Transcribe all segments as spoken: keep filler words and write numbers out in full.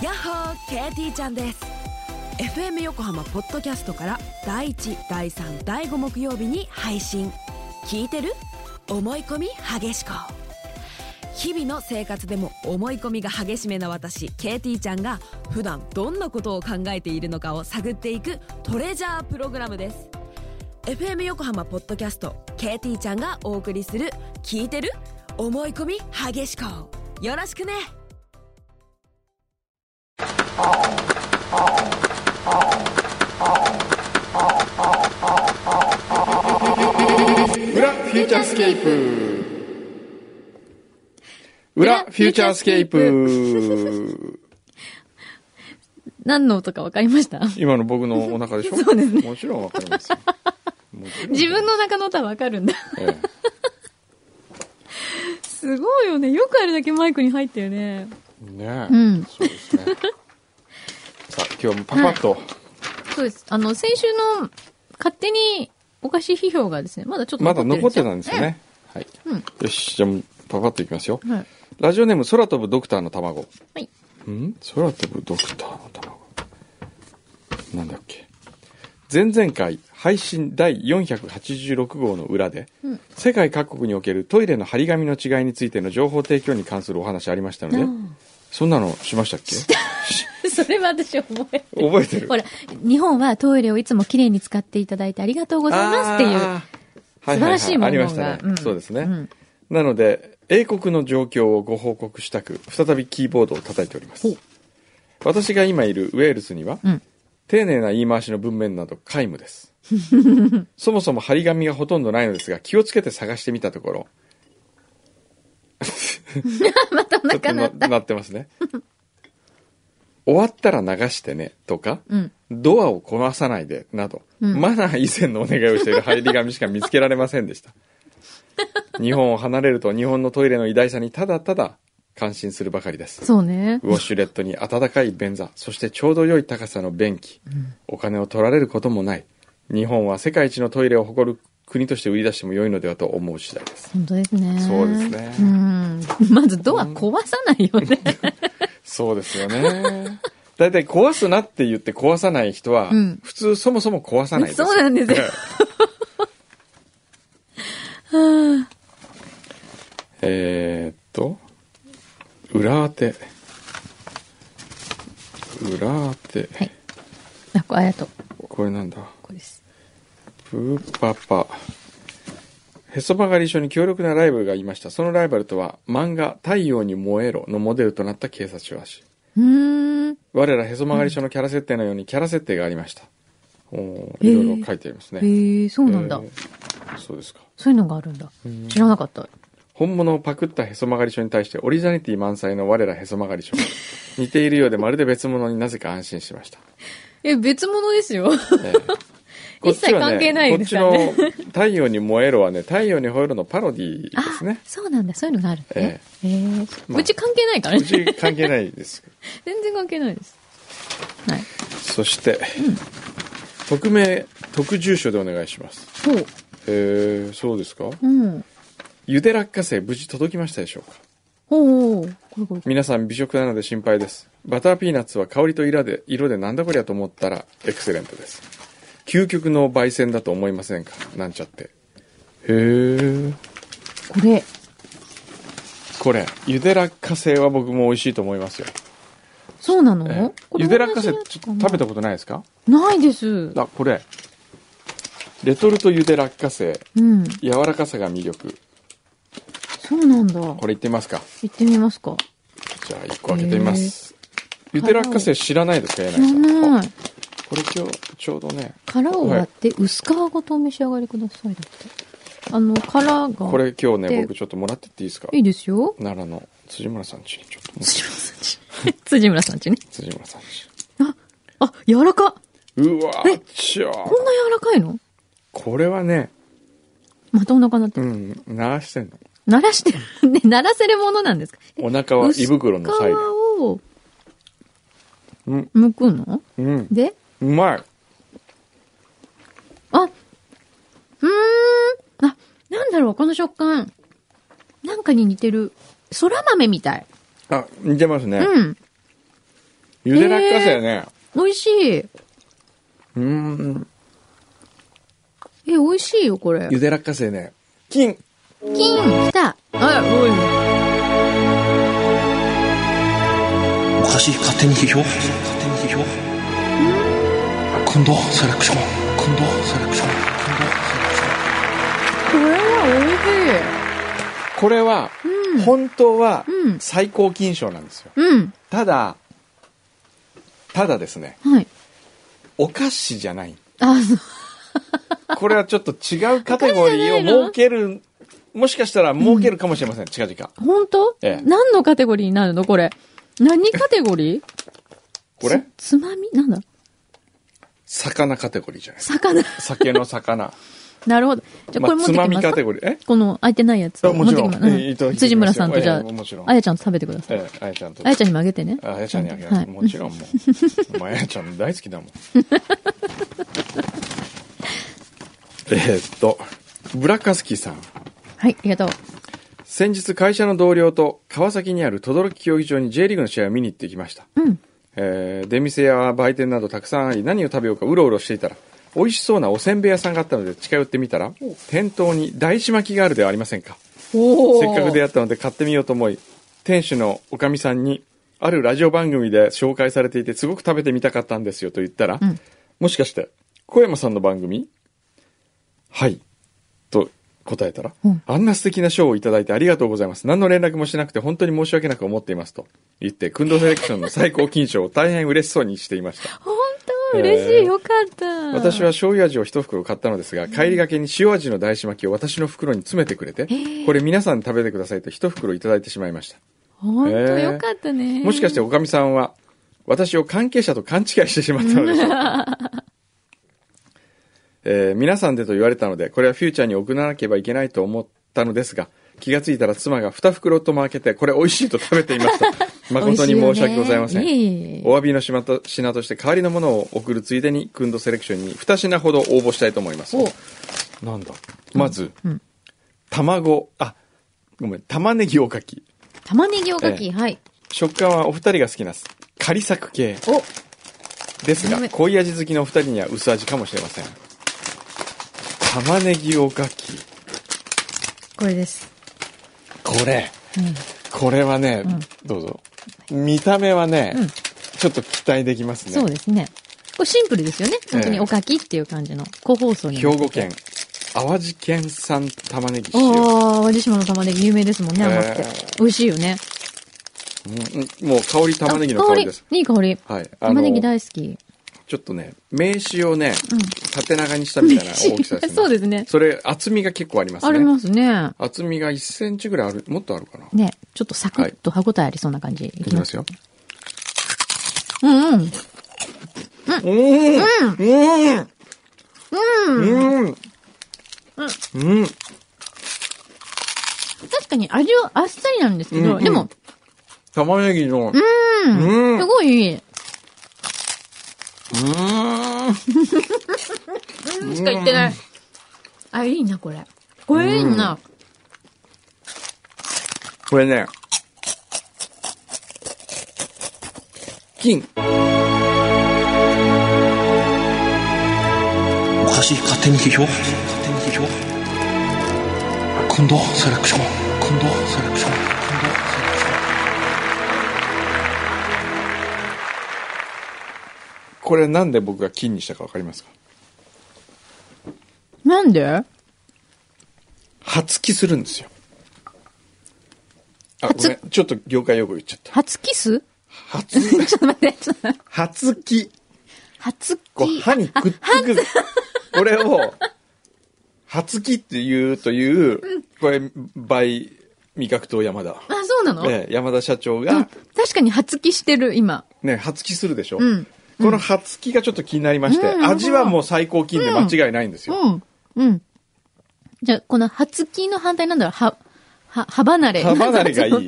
やっほー ケーティー ちゃんです。 エフエム 横浜ポッドキャストからだいいち、だいさん、だいご木曜日に配信。聞いてる？思い込み激しこ。日々の生活でも思い込みが激しめな私 ケーティー ちゃんが普段どんなことを考えているのかを探っていくトレジャープログラムです。 エフエム 横浜ポッドキャスト ケーティー ちゃんがお送りする聞いてる？思い込み激しこ。よろしくね。 裏フューチャースケープ裏フューチャースケープ何の音か分かりました？ 今の僕のお腹でしょ？ そうですね。 もちろん分かりますよ。 自分の中の音は分かるんだ。 ええ、 すごいよね。よくあれだけマイクに入ったよね。 ねえ、 うん、 そうですね。さあ今日もパパッと、はい、 そうです。あの先週の勝手にお菓子批評がですね、まだちょっとまだ残ってたんですよね。 ええ、 はい、 うん。 よし、じゃあパパッといきますよ。 はい、 ラジオネーム空飛ぶドクターの卵。 はい。 ん？空飛ぶドクターの卵。なんだっけ。前々回配信だいよんひゃくはちじゅうろく号の裏で、うん、世界各国におけるトイレの張り紙の違いについての情報提供に関するお話ありましたので、そんなのしましたっけ？ それは私覚えてる。 覚えてる。 ほら、日本はトイレをいつもきれいに使っていただいてありがとうございますっていう素晴らしいものが、はいはいはい、ありましたね、 うん、そうですね、 うん、 なので英国の状況をご報告したく再びキーボードを叩いております。私が今いるウェールズには、うん、丁寧な言い回しの文面など皆無ですそもそも張り紙がほとんどないのですが、気をつけて探してみたところまたお腹鳴った。 なってますね終わったら流してねとか、うん、ドアを壊さないでなど、うん、マナー以前のお願いをしている張り紙しか見つけられませんでした日本を離れると日本のトイレの偉大さにただただ感心するばかりです。 そうね。 ウォシュレットに温かい便座、そしてちょうど良い高さの便器、うん、お金を取られることもない。日本は世界一のトイレを誇る国として売り出しても良いのではと思う次第です。 本当ですね。 そうですね。 うん、まずドア壊さないよね、うん、 そうですよね。だいたい壊すなって言って壊さない人は、うん、普通そもそも壊さないです。 そうなんですよはあ、 えーっと裏当て裏当て、 はい、あ、これありがとう。 これなんだ。 これです。 プーパパへそ曲がり署に強力なライバルがいました。そのライバルとは漫画太陽に燃えろのモデルとなった警察署らしい。 うーん、 我らへそ曲がり署のキャラ設定のようにキャラ設定がありました。おいろいろ書いてありますね。 へえー、そうなんだ、 えー、そうですか。 そういうのがあるんだ。知らなかった。 本物をパクったへそ曲がり書に対してオリジナリティ満載の我らへそ曲がり書似ているようでまるで別物になぜか安心しましたえ、別物ですよ、えー、一切関係ないですからね。 こっちの太陽に燃えろはね、太陽に燃えろのパロディですね。 そうなんだ、そういうのがあるね。えーえーまあ、うち関係ないからね。 うち関係ないです全然関係ないです。はい。 そして、うん、匿名特住所でお願いします。 そう。 へえ、そうですか。 うん。 ゆで落花生無事届きましたでしょうか。 おお、これこれ。 皆さん美食なので心配です。バターピーナッツは香りと色で色でなんだこりゃと思ったらエクセレントです。究極の焙煎だと思いませんか、なんちゃって。へえ。 これこれゆで落花生は僕も美味しいと思いますよ。 そうなの？ ええ、ゆで落花生ちょっと食べたことないですか？ ないです。 あ、これレトルトゆで落花生、 うん、 柔らかさが魅力。 そうなんだ。 これいってみますか。 いってみますか。 じゃあいっこ開けてみます。ゆで落花生知らないですか、柳井さん。 知らない。 これ今日ちょうどね、 殻を割って薄皮ごとお召し上がりくださいだって。あの殻がこれ今日ね、僕ちょっともらってっていいですか。 いいですよ。 奈良の辻村さん家にちょっと辻村さん家辻村さん家ね。 辻村さん家。 あ、あ、柔らか。 うわー、ちゃー。 こんな柔らかいの？これはね、 またお腹鳴ってる。 うん、鳴らしてんの。 鳴らしてるね、鳴らせるものなんですか。 お腹は胃袋のサイド。 皮を剥くの？ うん。 で？ うまい。 あ、うーん、あ、なんだろうこの食感。なんかに似てる。そら豆みたい。 あ、似てますね。 うん。 ゆで落花生ね。 美味しい。 うーん。 え、美味しいよ、これ。 ゆで落花生ね。金。 金来た。あ、おい。 おかしい、勝手に批評。勝手に批評。今度セレクション。今度セレクション。 これは美味しい。 これは、うん、本当は最高金賞なんですよ。 うん。 ただ、ただですね。 はい。 お菓子じゃない。 あ、そう。 これはちょっと違うカテゴリーを設ける、もしかしたら設けるかもしれません、うん、近々。 本当？ええ。何のカテゴリーになるのこれ。何カテゴリーこれつ、つまみなんだ魚カテゴリーじゃない。 魚。 酒の魚。 なるほど。じゃあこれ持ってきますか、まあ、つまみカテゴリー。えこの空いてないやつ。 もちろん。持ってきます。 うん、辻村さんとじゃあ、ええ、あやちゃんと食べてください。 ええ、あやちゃんと。 あやちゃんにもあげてね。 あやちゃんにあげます。はい、もちろんもう。もうあやちゃん大好きだもん。えっと、ブラカスキーさん。 はい、ありがとう。 先日会社の同僚と川崎にある等々力競技場に J リーグの試合を見に行ってきました。 うん。 えー、出店や売店などたくさんあり、何を食べようかうろうろしていたら、美味しそうなおせんべい屋さんがあったので近寄ってみたら、店頭に大師巻きがあるではありませんか。 おせっかく出会ったので買ってみようと思い、店主のおかみさんに、あるラジオ番組で紹介されていてすごく食べてみたかったんですよと言ったら、うん、もしかして小山さんの番組？はいと答えたら、うん、あんな素敵な賞をいただいてありがとうございます。何の連絡もしなくて本当に申し訳なく思っていますと言って、クンドセレクションの最高金賞を大変嬉しそうにしていました。 本当嬉しい、えー、よかった。 私は醤油味を一袋買ったのですが、帰りがけに塩味の大師巻きを私の袋に詰めてくれて、これ皆さん食べてくださいと一袋いただいてしまいました。 本当よかったね。 もしかしておかみさんは私を関係者と勘違いしてしまったのでしょうか。えー、皆さんでと言われたので、これはフューチャーに送らなければいけないと思ったのですが、気がついたら妻が二袋とも開けて、これ美味しいと食べていました。誠に申し訳ございません。いいお詫びの品として代わりのものを送るついでに、クンドセレクションにに品ほど応募したいと思います。なんだまず、うんうん、卵、あ、ごめん、玉ねぎおかき。 玉ねぎおかき、えー、はい。 食感はお二人が好きな仮作系。おですが、濃い味好きのお二人には薄味かもしれません。玉ねぎおかき。 これです。 これ。うん、これはね、うん、どうぞ。見た目はね、うん、ちょっと期待できますね。 そうですね。これシンプルですよね。本当におかきっていう感じの個包装になってて。 兵庫県淡路県産玉ねぎ使用。 ああ、淡路島の玉ねぎ有名ですもんね、甘くて。えー、美味しいよね。 うん、もう香り玉ねぎの香りです。 いい香り。はい。玉ねぎ大好き。 ちょっとね、名刺をね、うん、縦長にしたみたいな大きさですね。 そうですね。 それ、厚みが結構ありますね。 ありますね。 厚みがいっセンチぐらいある、もっとあるかな。 ね、ちょっとサクッと歯応えありそうな感じ。はい、 いきますよ。 うんうん。うん。うん。うん。うん。うん。うん。確かに味はあっさりなんですけど、うんうん、でも。 玉ねぎの。 うん。うん、すごいいい。 うーん。うんしか言ってない。あ、いいな、これ。これいいな。 これね。金。 おかしい、勝手に批評。勝手に批評。今度セレクション。今度セレクション。今度セレクション。 これなんで僕が金にしたかわかりますか？ なんで？ 初キするんですよ。あ、ごめん。ちょっと業界用語言っちゃった。 初キス？ 初。 ちょっと待って。 初キ。 初キ。 こう歯にくっつく。これを、初キって言うという、うん、これ、by 味覚糖山田。あ、 そうなの？ ね、山田社長が。 確かに初キしてる、今。 ね、初キするでしょ？ うん。 この初キがちょっと気になりまして、うん、味はもう最高金で間違いないんですよ。 うん。うん。うん、じゃあ、この初キの反対なんだろう、は、は、歯離れ。 歯離れがいい。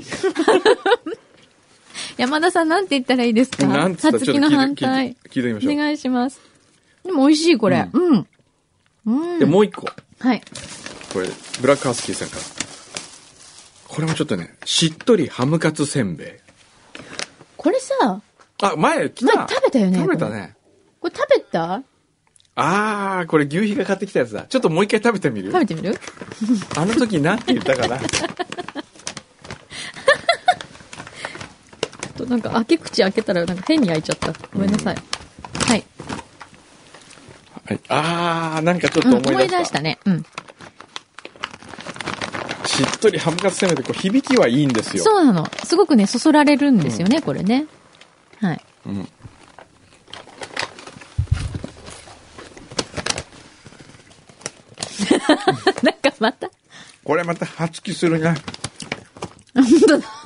山田さんなんて言ったらいいですか？ なんつったら初キの反対。 聞いてみましょう。 お願いします。でも美味しい、これ。うん。 うん。うん、で、もう一個。 はい。 これ、ブラックハスキーさんから。これもちょっとね、しっとりハムカツせんべい。 これさ、 あ、前来た。 前食べたよね。 食べたね。 これ食べた？ あー、これ牛皮が買ってきたやつだ。ちょっともう一回食べてみる？ 食べてみる？ あの時なんて言ったかな。 となんか開け口開けたらなんか変に開いちゃった。ごめんなさい。うん、はい。 はい。あー、なんかちょっと思い出した。うん、 思い出したね。うん。 しっとりハムカツせめてこう響きはいいんですよ。 そうなの。すごくね、そそられるんですよね、うん、これね。はい。うん。なんかまたこれまた発揮するね。 本当だ。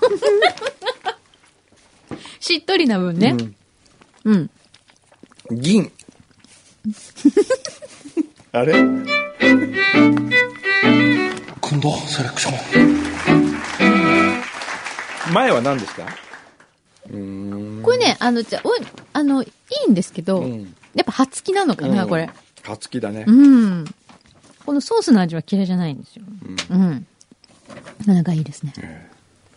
しっとりな分ね。うん。うん、 銀。あれ？ 今度セレクション。 前は何でした？ うーんこれね、あの、じゃおい、あの、いいんですけど、うん、やっぱ初期なのかな、うん、これ。 初期だね。 うん。このソースの味は嫌いじゃないんですよ。うん。うん、なかなかいいですね。え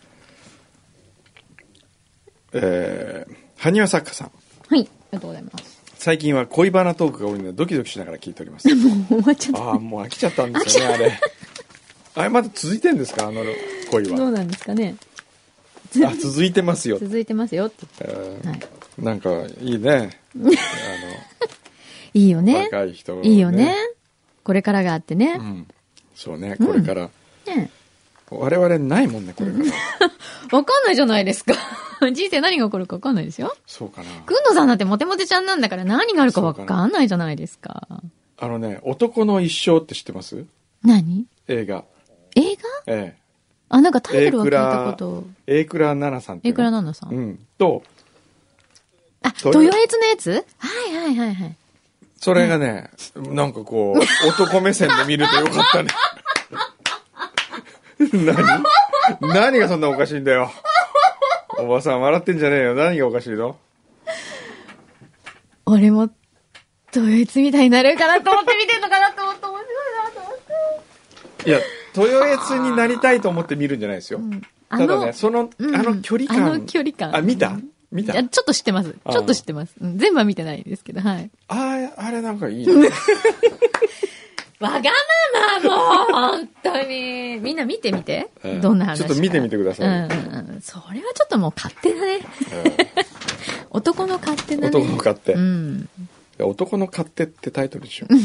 ー、えー、埴輪作家さん。 はい、ありがとうございます。 最近は恋バナトークが多いのでドキドキしながら聞いております。 もう終わっちゃった。 ああ、もう飽きちゃったんですよね、あれ。あれまだ続いてんですか、あの恋は。 どうなんですかね。 あ、続いてますよ。 続いてますよって。 えーはい、なんかいいね。あのいいよね。 若い人、ね。 いいよね。これからがあってね。 うん、そうね、これから。 うんね、 我々ないもんね、これから。 わかんないじゃないですか。人生何が起こるかわかんないですよ。 そうかな。 くんのさんだってモテモテちゃんなんだから何があるかわかんないじゃないですか。 あのね、男の一生って知ってます？ 何？ 映画。 映画？ ええ。 あ、なんかタイトルは聞いたこと。 榮倉奈々さんって。 榮倉奈々さん。 うん。と、 あ、豊悦のやつ？はいはいはいはい。 それがね、うん、なんかこう、男目線で見るとよかったね。何？何がそんなおかしいんだよ。おばさん笑ってんじゃねえよ。何がおかしいの？ 俺も、豊悦みたいになれるかなと思って見てんのかなと思って面白いなと思って。 いや、豊悦になりたいと思って見るんじゃないですよ。うん、ただね、その、うん、あの距離感。 あの距離感。 あ、見た？見た？ ちょっと知ってます。ちょっと知ってます。うん、全部は見てないですけど、はい。 ああ、あれなんかいいね。 わがままもう、本当に。みんな見てみて。うん、どんな話か。 ちょっと見てみてください。 うんうんうん。それはちょっともう勝手だね。うん、男の勝手だね。 男の勝手。 うん。 男の勝手ってタイトルでしょ。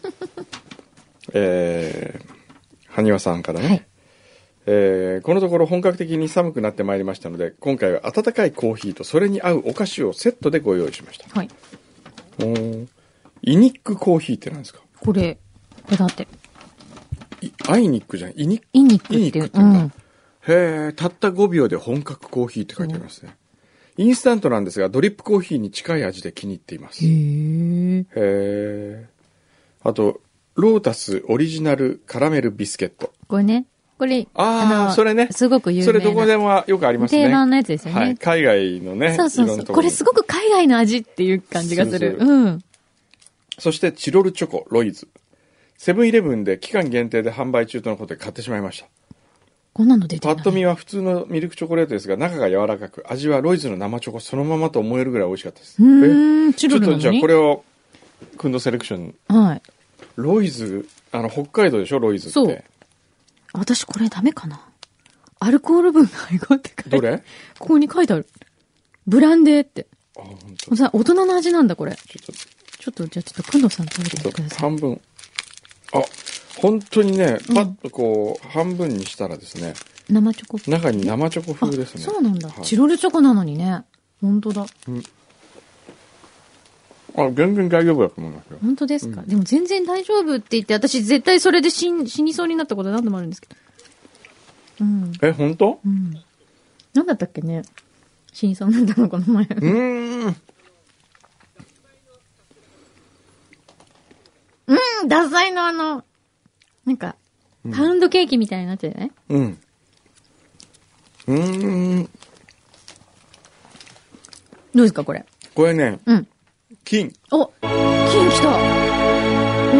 えー、埴輪さんからね。はい、えー、このところ本格的に寒くなってまいりましたので、今回は温かいコーヒーとそれに合うお菓子をセットでご用意しました。 はい。 おー、イニックコーヒーって何ですか？ これ。これだって。 アイニックじゃん。イニック。 イニックっていう。イニックって言うんだ。うん、 へえ、たったごびょうで本格コーヒーって書いてありますね。インスタントなんですが、ドリップコーヒーに近い味で気に入っています。 へー。 へー。あと、ロータスオリジナルカラメルビスケット。 これね。これ、 ああ、それね。 すごく有名な。 それどこでもよくありますね。 定番のやつですよね。 はい。海外のね。 そうそうそう。これすごく海外の味っていう感じがする。うん。 そして、チロルチョコ、ロイズ。セブンイレブンで期間限定で販売中とのことで買ってしまいました。 こんなの出てない。 パッと見は普通のミルクチョコレートですが、中が柔らかく、味はロイズの生チョコそのままと思えるぐらい美味しかったです。 うーん、チロルなのに。 ちょっとじゃあこれを、クンドセレクション。 はい。 ロイズ、あの、北海道でしょ、ロイズって。そう。 私これダメかな。アルコール分が入って書いてある。 どれ？ ここに書いてある。ブランデーって。 あ、本当。 さ、大人の味なんだ、これ。ちょっと、 ちょっと、じゃあちょっと、くんどさん食べてみてください。 半分。あ、本当にね、パッとこう、うん、半分にしたらですね。 生チョコ。 中に生チョコ風ですね。 そうなんだ、はい。チロルチョコなのにね。本当だ。 うん。あ、全然大丈夫だと思いますよ。 本当ですか、うん、でも全然大丈夫って言って、私絶対それで死ん、死にそうになったこと何度もあるんですけど。うん。 え、本当？ うん。何だったっけね。死にそうになったの、この前。うーん。 うん、ダサいのあの、なんか、パウンドケーキみたいになってるね。 うん。うーん。 どうですか、これ。 これね。 うん。 金。 お、金来た。お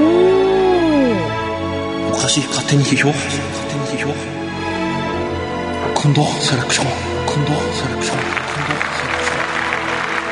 ー。おかしい、勝手に批評。勝手に批評。今度セレクション。今度セレクション。今度セレクション。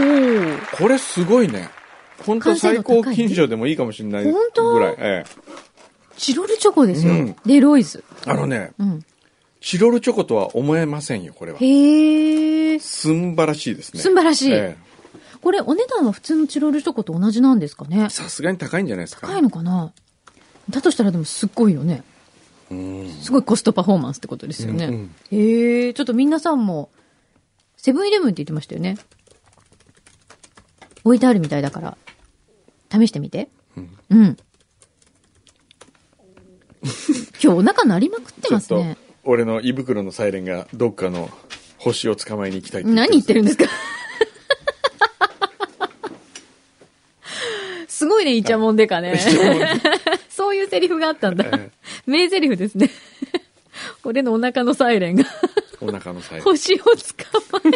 おこれすごいね。本当最高金賞でもいいかもしれない本当ぐらい。ええ、 チロルチョコですよ。 うんで、ロイズ。 あのね、 うん。 チロルチョコとは思えませんよ、これは。 へえ。 すんばらしいですね。 すんばらしい。 えこれ、お値段は普通のチロルチョコと同じなんですかねえ、。さすがに高いんじゃないですか。 高いのかな。だとしたらでもすっごいよね。 うん。 すごいコストパフォーマンスってことですよね。 うんうんへえ、ちょっと皆さんも、セブンイレブンって言ってましたよね。置いてあるみたいだから、試してみて。 うんうん。今日お腹鳴りまくってますちょっねと。俺の胃袋のサイレンがどっかの星を捕まえに行きたいって何言ってるんですかすごいね、イチャモンデカね。そういうセリフがあったんだ。 え名セリフですね。俺のお腹のサイレンがお腹のサイレン。 星を捕まえに。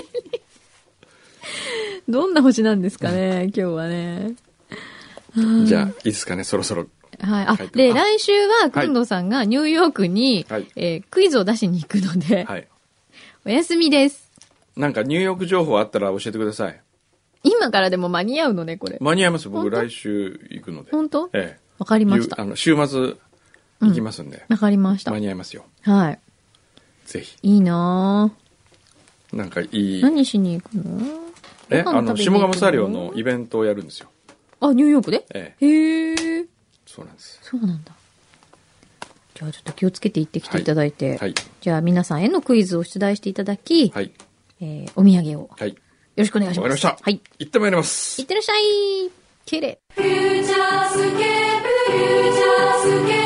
どんな星なんですかね、今日はね。 じゃあ、いいですかね、そろそろ。 はい。あ書い、てで、 あ来週は、くんどうさんがニューヨークに、 はいえークイズを出しに行くので、 はい。 お休みです。 なんかニューヨーク情報あったら教えてください。 今からでも間に合うのね、これ。 間に合います。僕本当来週行くので。 本当？ ええ。 わかりました。 ゆあの、週末行きますんで。 わかりました。 間に合いますよ。 はい。 ぜひ。 いいなぁ。 なんかいい。 何しに行くの？ え、 ご飯あの、 食べに行くの下鴨サリオのイベントをやるんですよ。 あ、ニューヨークで？ ええ。 へえ。 そうなんです。 そうなんだ。じゃあちょっと気をつけて行ってきていただいて。 はい。 じゃあ皆さんへのクイズを出題していただき、 はい。 えーお土産をはい。 よろしくお願いします。 わかりました。 はい。 行ってまいりますいっ。てらっしゃい。敬礼。 フューチャースケープフューチャースケ